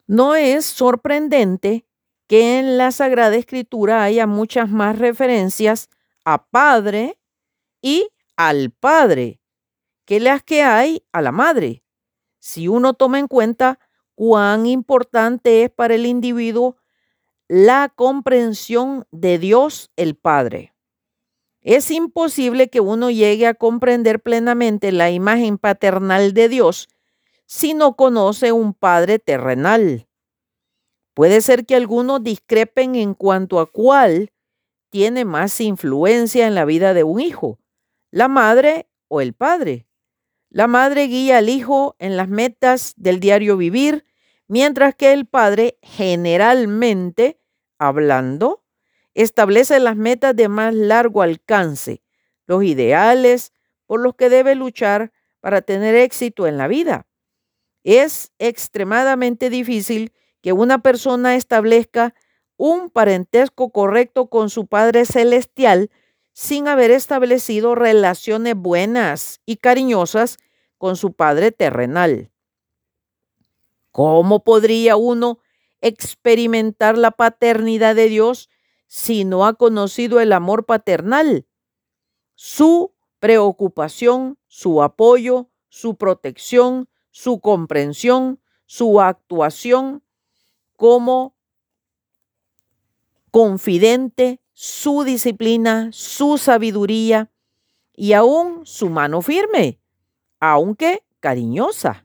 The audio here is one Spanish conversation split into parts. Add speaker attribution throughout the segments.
Speaker 1: No es sorprendente que en la Sagrada Escritura haya muchas más referencias a Padre y al Padre que las que hay a la Madre. Si uno toma en cuenta cuán importante es para el individuo la comprensión de Dios el Padre. Es imposible que uno llegue a comprender plenamente la imagen paternal de Dios si no conoce un Padre terrenal. Puede ser que algunos discrepen en cuanto a cuál tiene más influencia en la vida de un hijo, la madre o el padre. La madre guía al hijo en las metas del diario vivir, mientras que el padre, generalmente hablando, establece las metas de más largo alcance, los ideales por los que debe luchar para tener éxito en la vida. Es extremadamente difícil que una persona establezca un parentesco correcto con su Padre Celestial sin haber establecido relaciones buenas y cariñosas con su Padre terrenal. ¿Cómo podría uno experimentar la paternidad de Dios si no ha conocido el amor paternal? Su preocupación, su apoyo, su protección, su comprensión, su actuación como confidente, su disciplina, su sabiduría y aún su mano firme, aunque cariñosa.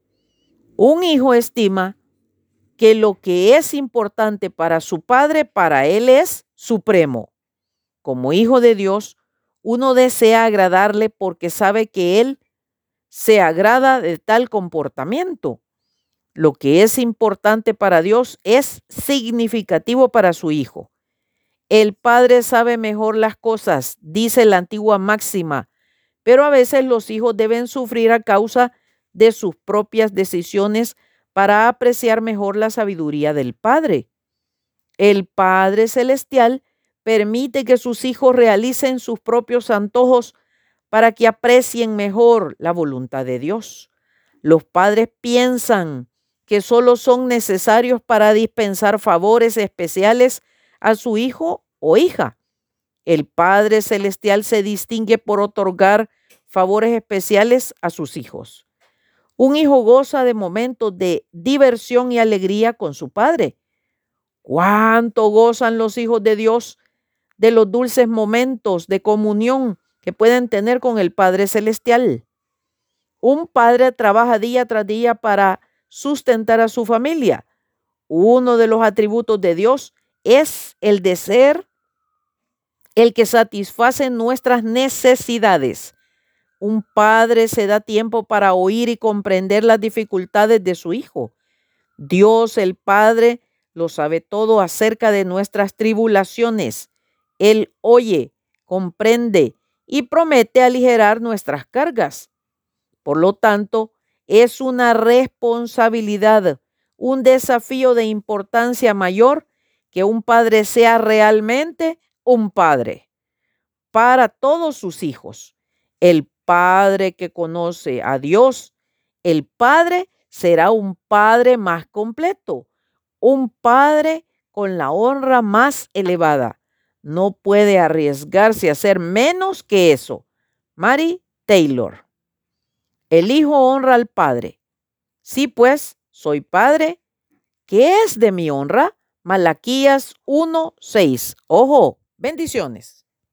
Speaker 1: Un hijo estima que lo que es importante para su padre, para él es supremo. Como hijo de Dios, uno desea agradarle porque sabe que él se agrada de tal comportamiento. Lo que es importante para Dios es significativo para su hijo. El padre sabe mejor las cosas, dice la antigua máxima, pero a veces los hijos deben sufrir a causa de sus propias decisiones para apreciar mejor la sabiduría del Padre. El Padre Celestial permite que sus hijos realicen sus propios antojos para que aprecien mejor la voluntad de Dios. Los padres piensan que solo son necesarios para dispensar favores especiales a su hijo o hija. El Padre Celestial se distingue por otorgar favores especiales a sus hijos. Un hijo goza de momentos de diversión y alegría con su padre. ¿Cuánto gozan los hijos de Dios de los dulces momentos de comunión que pueden tener con el Padre Celestial? Un padre trabaja día tras día para sustentar a su familia. Uno de los atributos de Dios es el de ser el que satisface nuestras necesidades. Un padre se da tiempo para oír y comprender las dificultades de su hijo. Dios, el Padre, lo sabe todo acerca de nuestras tribulaciones. Él oye, comprende y promete aligerar nuestras cargas. Por lo tanto, es una responsabilidad, un desafío de importancia mayor que un padre sea realmente un padre para todos sus hijos. El padre que conoce a Dios, el padre será un padre más completo, un padre con la honra más elevada. No puede arriesgarse a ser menos que eso. Mary Taylor. El hijo honra al padre. Sí, pues, soy padre. ¿Qué es de mi honra? Malaquías 1:6. Ojo, bendiciones.